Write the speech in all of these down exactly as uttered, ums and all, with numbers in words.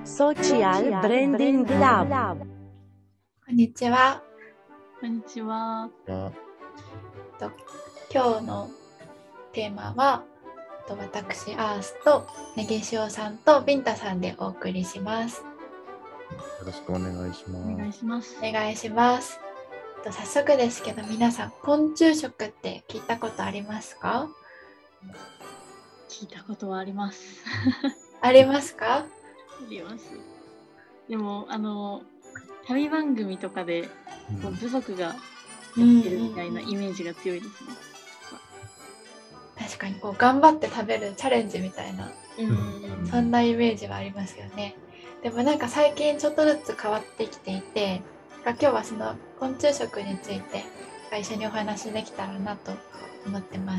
Social Branding Lab。 こんにちは。 こんにちは。 と今日のテーマはと私アースとネギシオさんとビンタさんでお送りします。 よろしくお願いします。 お願いします。 お願いします。と早速ですけど、皆さん昆虫食って聞いたことありますか？ 聞いたことはあります。 ありますか？ あります。でもあの旅番組とかでこう部族がやってるみたいなイメージが強いですね。 確かにこう頑張って食べるチャレンジみたいな、 うん、 そんなイメージはありますよね。でもなんか最近ちょっとずつ変わってきていて、今日はその昆虫食について一緒にお話できたらなと思ってます。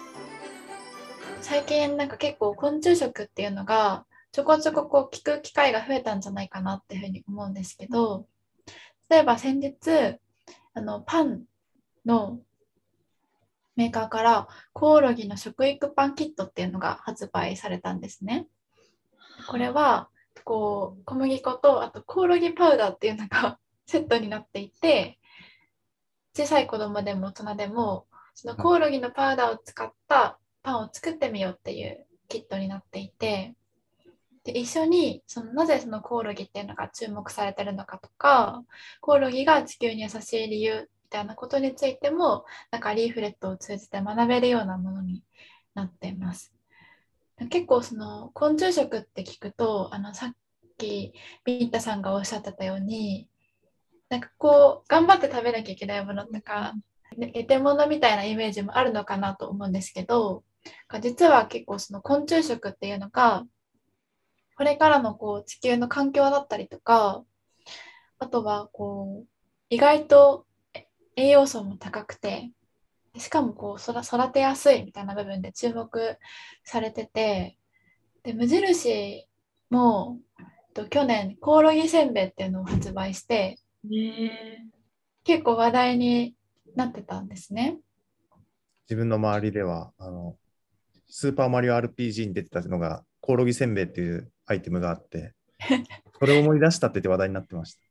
最近なんか結構昆虫食っていうのがちょこちょここう聞く機会が増えたんじゃないかなっていうふうに思うんですけど、例えば先日あのパンのメーカーからコオロギの食育パンキットっていうのが発売されたんですね。これはこう小麦粉とあとコオロギパウダーっていうのがセットになっていて、小さい子供でも大人でもそのコオロギのパウダーを使ったパンを作ってみようっていうキットになっていて、で一緒にそのなぜそのコオロギっていうのが注目されてるのかとか、コオロギが地球に優しい理由みたいなことについてもなんかリーフレットを通じて学べるようなものになっています。結構その昆虫食って聞くと、あのさっきビンタさんがおっしゃってたように、なんかこう頑張って食べなきゃいけないものとか、ゲテモノみたいなイメージもあるのかなと思うんですけど、実は結構その昆虫食っていうのがこれからのこう地球の環境だったりとか、あとはこう意外と栄養素も高くて、しかもこう育育てやすいみたいな部分で注目されてて、で無印もと去年コオロギせんべいっていうのを発売して、 ね、 結構話題になってたんですね。 自分の周りではあのスーパーマリオ アールピージー に出てたのがコオロギせんべいっていうアイテムがあってそれを思い出したって言って話題になってました。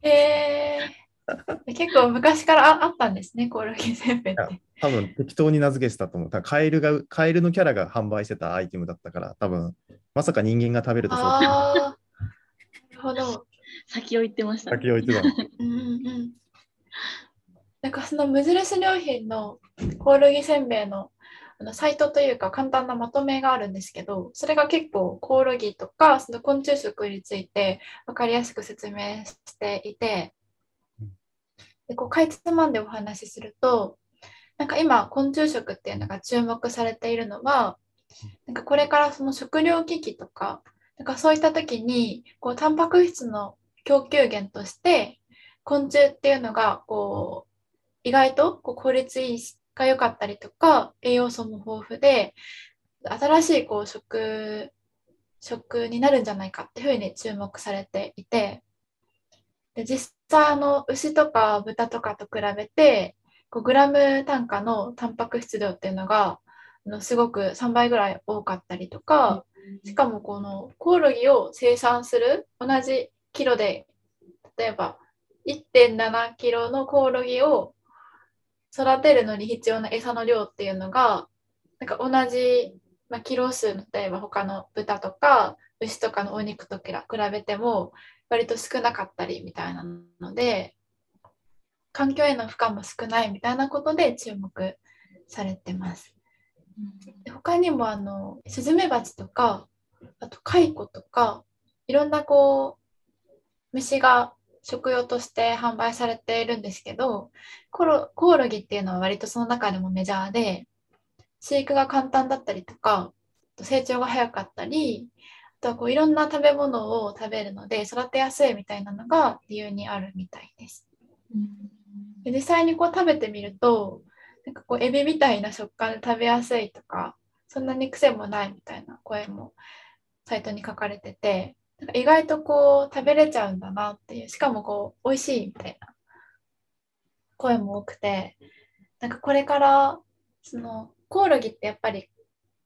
へー結構昔から あ, あったんですね、コオロギせんべいって。 多分適当に名付けてたと思う。多分カエルがカエルのキャラが販売してたアイテムだったから、多分まさか人間が食べるとそう。 ああ、なるほど。 先を言ってました、ね。 先を言ってた。 うんうんなんかその無印良品のコオロギせんべいのあのサイトというか簡単なまとめがあるんですけど、それが結構コオロギとかその昆虫食について分かりやすく説明していて、でこうかいつまんでお話しすると、なんか今昆虫食っていうのが注目されているのは、なんかこれからその食糧危機とか、なんかそういった時にこうタンパク質の供給源として昆虫っていうのがこう意外とこう効率が良かったりとか栄養素も豊富で新しいこう食食になるんじゃないかっていうふうに注目されていて、で実際あの牛とか豚とかと比べてこうグラム単価のタンパク質量っていうのがあのすごくさんばいぐらい多かったりとか、しかもこのコオロギを生産する同じキロで例えば いってんななキロのコオロギを育てるのに必要な餌の量っていうのがなんか同じ、まあ、キロ数の例えば他の豚とか牛とかのお肉と比べても割と少なかったりみたいなので、環境への負荷も少ないみたいなことで注目されてます。で他にもあのスズメバチとかあとカイコとかいろんなこう虫が食用として販売されているんですけど、コロコオロギっていうのは割とその中でもメジャーで、飼育が簡単だったりとか、成長が早かったり、あとはこういろんな食べ物を食べるので育てやすいみたいなのが理由にあるみたいです。で実際にこう食べてみると、なんかこうエビみたいな食感で食べやすいとか、そんなに癖もないみたいな声もサイトに書かれてて、なんか意外とこう食べれちゃうんだなっていう、しかもこう美味しいみたいな声も多くて、なんかこれからそのコオロギってやっぱり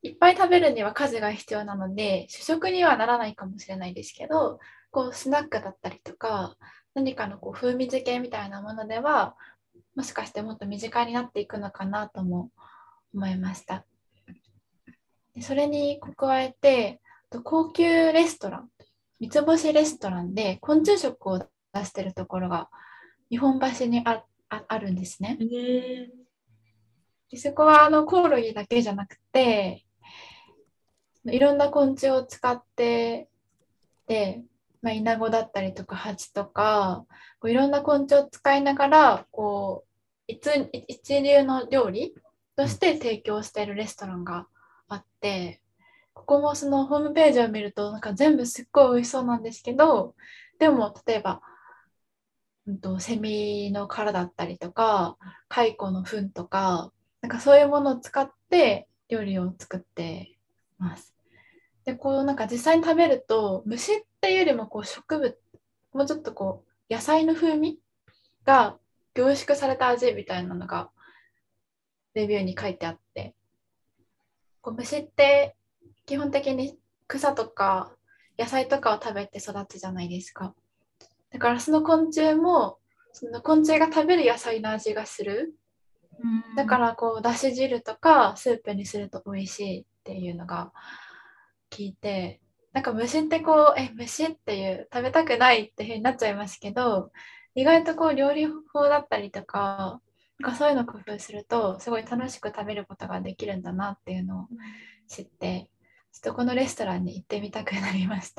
いっぱい食べるには数が必要なので主食にはならないかもしれないですけど、こうスナックだったりとか何かのこう風味付けみたいなものではもしかしてもっと身近になっていくのかなとも思いました。でそれに加えて高級レストラン、三つ星レストランで昆虫食を出してるところが日本橋に あ, あ, あるんですね。 えでそこはあのコオロギだけじゃなくていろんな昆虫を使ってで、まあ、イナゴだったりとかハチとかこういろんな昆虫を使いながらこう 一, 一流の料理として提供しているレストランがあって、ここもそのホームページを見るとなんか全部すっごい美味しそうなんですけど、でも例えば、うんと、セミの殻だったりとか蚕の糞とかなんかそういうものを使って料理を作ってます。でこうなんか実際に食べると虫っていうよりもこう植物、もうちょっとこう野菜の風味が凝縮された味みたいなのがレビューに書いてあって、こう虫って基本的に草とか野菜とかを食べて育つじゃないですか。だからその昆虫もその昆虫が食べる野菜の味がする。だからこうだし汁とかスープにすると美味しいっていうのが聞いて、なんか虫ってこうえ虫っていう食べたくないっていう風になっちゃいますけど、意外とこう料理法だったりとかなんかそういうのを工夫するとすごい楽しく食べることができるんだなっていうのを知って、ちょっとこのレストランに行ってみたくなりました。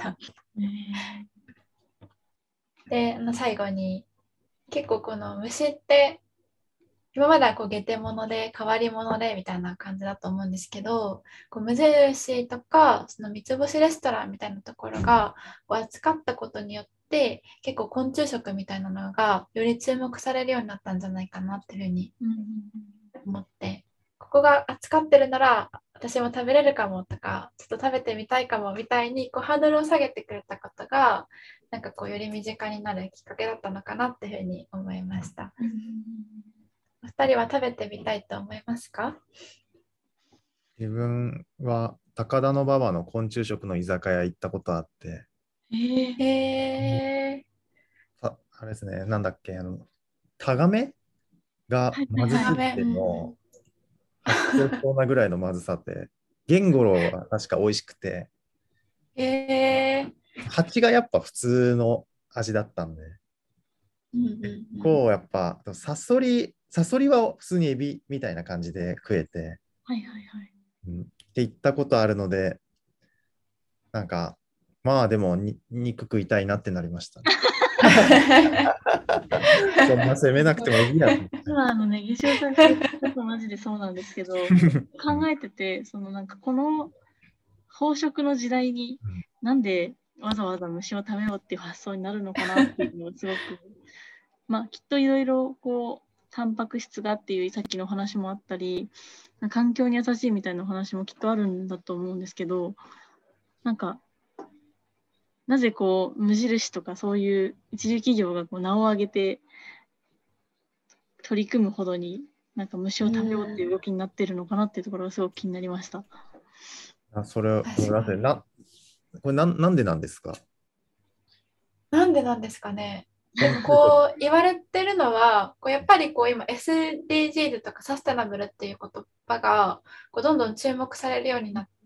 で、あの最後に結構この虫って今まではこう下手物で変わり者でみたいな感じだと思うんですけど、こう無印とかその三つ星レストランみたいなところがこう扱ったことによって結構昆虫食みたいなのがより注目されるようになったんじゃないかなっていうふうに思って、ここが扱ってるなら私も食べれるかもとかちょっと食べてみたいかもみたいにこうハードルを下げてくれたことがなんかこうより身近になるきっかけだったのかなっていうふうに思いました。お二人は食べてみたいと思いますか？ 自分は高田馬場の昆虫食の居酒屋行ったことあって、 へえー、 ああれですね、なんだっけ、あの、タガメがまずすぎての発狂しそうなぐらいのまずさで、ゲンゴロウは確か美味しくて、 えー、 ハチがやっぱ普通の味だったんで、 うんうんうん、 結構やっぱサソリ、サソリは普通にエビみたいな感じで食えて、 はいはいはい。 うん、って言ったことあるので、なんか、まあでもに肉食いたいなってなりましたね。そんな攻めなくてもいいやと思って。 今あのね、西尾さんが言ったことマジでそうなんですけど、考えてて、そのなんかこの飽食の時代に、なんでわざわざ虫を食べようっていう発想になるのかなっていうのをすごく、まあきっといろいろこう、タンパク質がっていうさっきのお話もあったり、環境に優しいみたいなお話もきっとあるんだと思うんですけど、なんか、なぜこう無印とかそういう一流企業がこう名を上げて取り組むほどになんか虫を食べようっていう動きになってるのかなっていうところがすごく気になりました。 あ、それ、ごめんなさい。な、これな、なんでなんですか？ なんでなんですかね。でもこう言われてるのはこうやっぱりこう今 エスディージーズ とかサステナブルっていう言葉がこうどんどん注目されるようになって、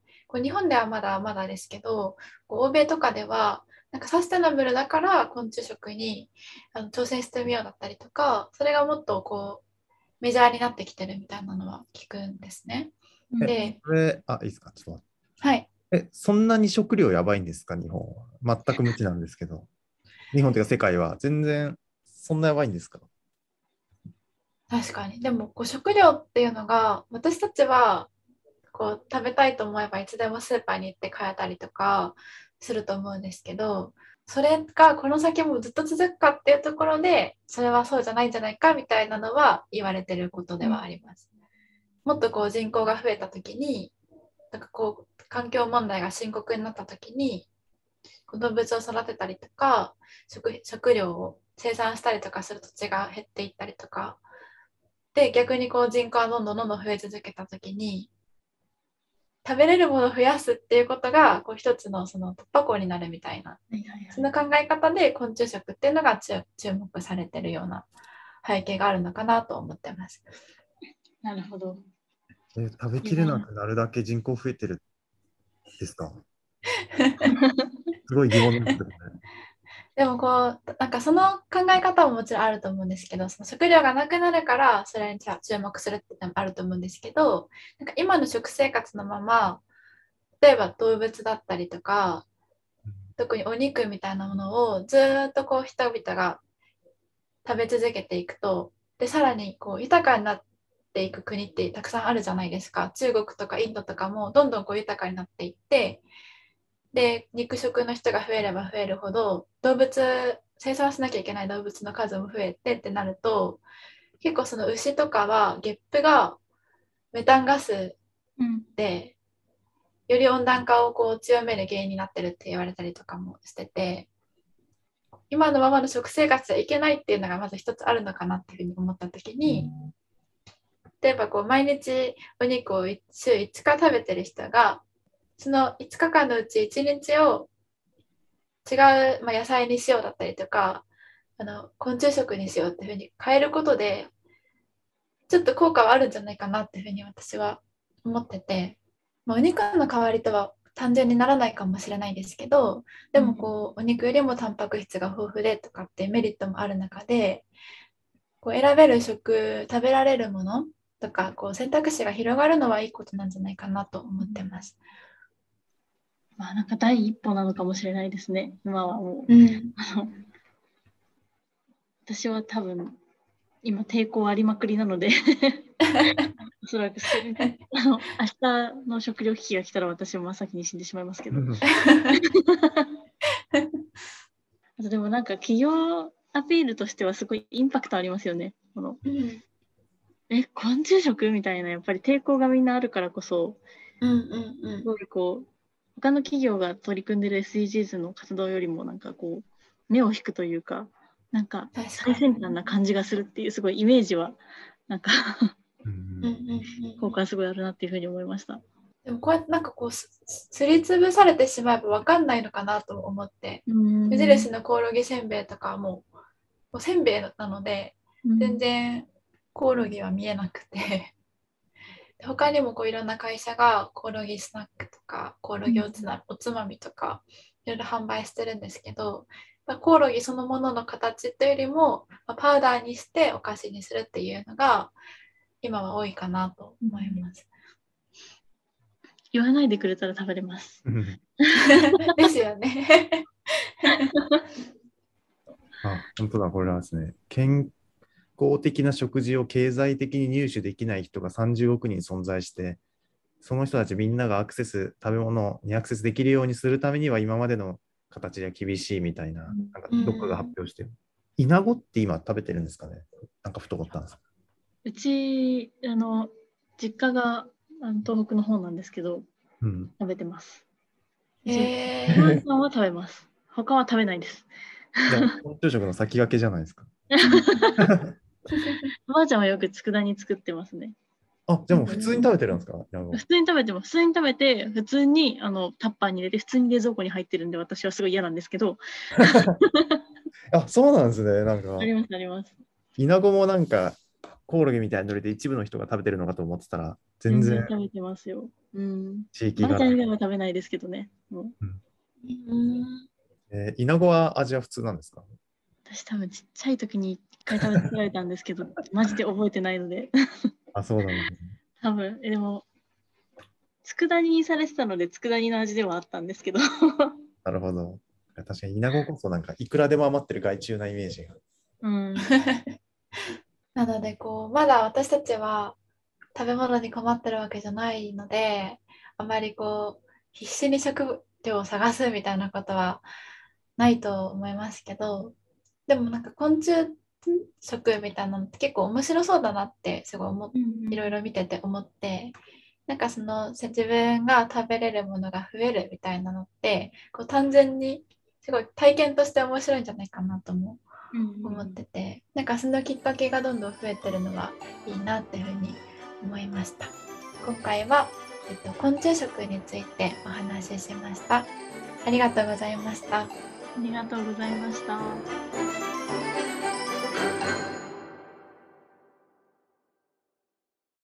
こう日本ではまだまだですけどこう欧米とかではなんかサステナブルだから昆虫食にあの挑戦してみようだったりとか、それがもっとこうメジャーになってきてるみたいなのは聞くんですね。で、 これ、あ、いいですか？ちょっと待って。 はい。 え、そんなに食料やばいんですか、日本は。全く無知なんですけど。日本というか世界は全然そんなやばいんですか？ 確かに。でもこう食料っていうのが私たちはこう食べたいと思えばいつでもスーパーに行って買えたりとかすると思うんですけど、それがこの先もずっと続くかっていうところでそれはそうじゃないんじゃないかみたいなのは言われてることではあります。もっとこう人口が増えた時になんかこう環境問題が深刻になった時に動物を育てたりとか 食, 食料を生産したりとかする土地が減っていったりとかで、逆にこう人口がどんどんどんどん増え続けた時に食べれるものを増やすっていうことがこう一つのその突破口になるみたいな、 はいはいはい、 その考え方で昆虫食っていうのが注目されてるような背景があるのかなと思ってます。 なるほど。 え食べきれなくなるだけ人口増えてるですか？すごい疑問なんですけどね。 でもこうなんかその考え方ももちろんあると思うんですけど、その食料がなくなるからそれに注目するっていうのもあると思うんですけど、なんか今の食生活のまま例えば動物だったりとか、特にお肉みたいなものをずっとこう人々が食べ続けていくと、でさらにこう豊かになっていく国ってたくさんあるじゃないですか。中国とかインドとかもどんどんこう豊かになっていって、で肉食の人が増えれば増えるほど動物生産しなきゃいけない動物の数も増えてってなると、結構その牛とかはゲップがメタンガスで、より温暖化をこう強める原因になってるって言われたりとかもしてて、今のままの食生活じゃいけないっていうのがまず一つあるのかなっていうふうに思った時に、例えばこう毎日お肉を週いつか食べてる人がそのいつかかんのうちいちにちを違う、まあ、野菜にしようだったりとか、あの昆虫食にしようっていうふうに変えることでちょっと効果はあるんじゃないかなっていうふうに私は思ってて、まあ、お肉の代わりとは単純にならないかもしれないですけど、でもこうお肉よりもタンパク質が豊富でとかっていうメリットもある中で、こう選べる食、食べられるものとかこう選択肢が広がるのはいいことなんじゃないかなと思ってます。 まあなんか第一歩なのかもしれないですね。今はもう、 うん、 あの私は多分今抵抗ありまくりなのでおそらくあの明日の食糧危機が来たら私も真っ先に死んでしまいますけどあとでもなんか企業アピールとしてはすごいインパクトありますよね。このうん、 え昆虫食みたいな、やっぱり抵抗がみんなあるからこそ、 うんうんうん、 すごいこう他の企業が取り組んでる エスディージーズ の活動よりもなんかこう目を引くというか、なんか最先端な感じがするっていうすごいイメージはなんか効果がすごいあるなっていうふうに思いました。 でもこうやってなんかこうすすりつぶされてしまえば分かんないのかなと思って、無印のコオロギせんべいとかももうせんべいなので全然コオロギは見えなくて他にもこういろんな会社がコオロギスナックとかコオロギおつな、おつまみとかいろいろ販売してるんですけど、コオロギそのものの形というよりもパウダーにしてお菓子にするっていうのが今は多いかなと思います。 言わないでくれたら食べれますですよねあ、本当だ、これはですね。健康的な食事を経済的に入手できない人がさんじゅうおくにん存在して、その人たちみんながアクセス、食べ物にアクセスできるようにするためには今までの形では厳しいみたいな、なんかどっかが発表してる。イナゴって今食べてるんですかね？なんかふと思ったんですか？ うち、あの、実家があの東北の方なんですけど、うん、食べてます。 えー、おばあちゃんは食べます。他は食べないです。 じゃあ、昆虫食の先駆けじゃないですか。 おばあちゃんはよく佃煮作ってますね。 あ、でも普通に食べてるんですか？ 普通に食べてます。普通に食べて、普通にあのタッパーに入れて、普通に冷蔵庫に入ってるんで、私はすごい嫌なんですけど。 あ、そうなんですね。なんか。 あります、あります。 イナゴもなんか、コオロギみたいなノリで一部の人が食べてるのかと思ってたら、全然。 全然食べてますよ。うん。 地域が。 ばあちゃん以外は食べないですけどね。もううんえー、イナゴは味は普通なんですか？ 私多分ちっちゃい時に一回食べてられたんですけど、マジで覚えてないので。 あ、そうなんですね。 多分、えでも、佃煮にされてたので、佃煮の味ではあったんですけど。 なるほど。確かにイナゴこそなんかいくらでも余ってる害虫なイメージが。 うん、 なのでこうまだ私たちは食べ物に困ってるわけじゃないので、あまりこう必死に食料を探すみたいなことはないと思いますけど、でもなんか昆虫食みたいなのって結構面白そうだなってすごい思いろいろ見てて思って、なんかその自分が食べれるものが増えるみたいなのってこう単純にすごい体験として面白いんじゃないかなとも思ってて、なんかそのきっかけがどんどん増えてるのはいいなっていうふうに思いました。今回はえっと、昆虫食についてお話ししました。ありがとうございました。 ありがとうございました。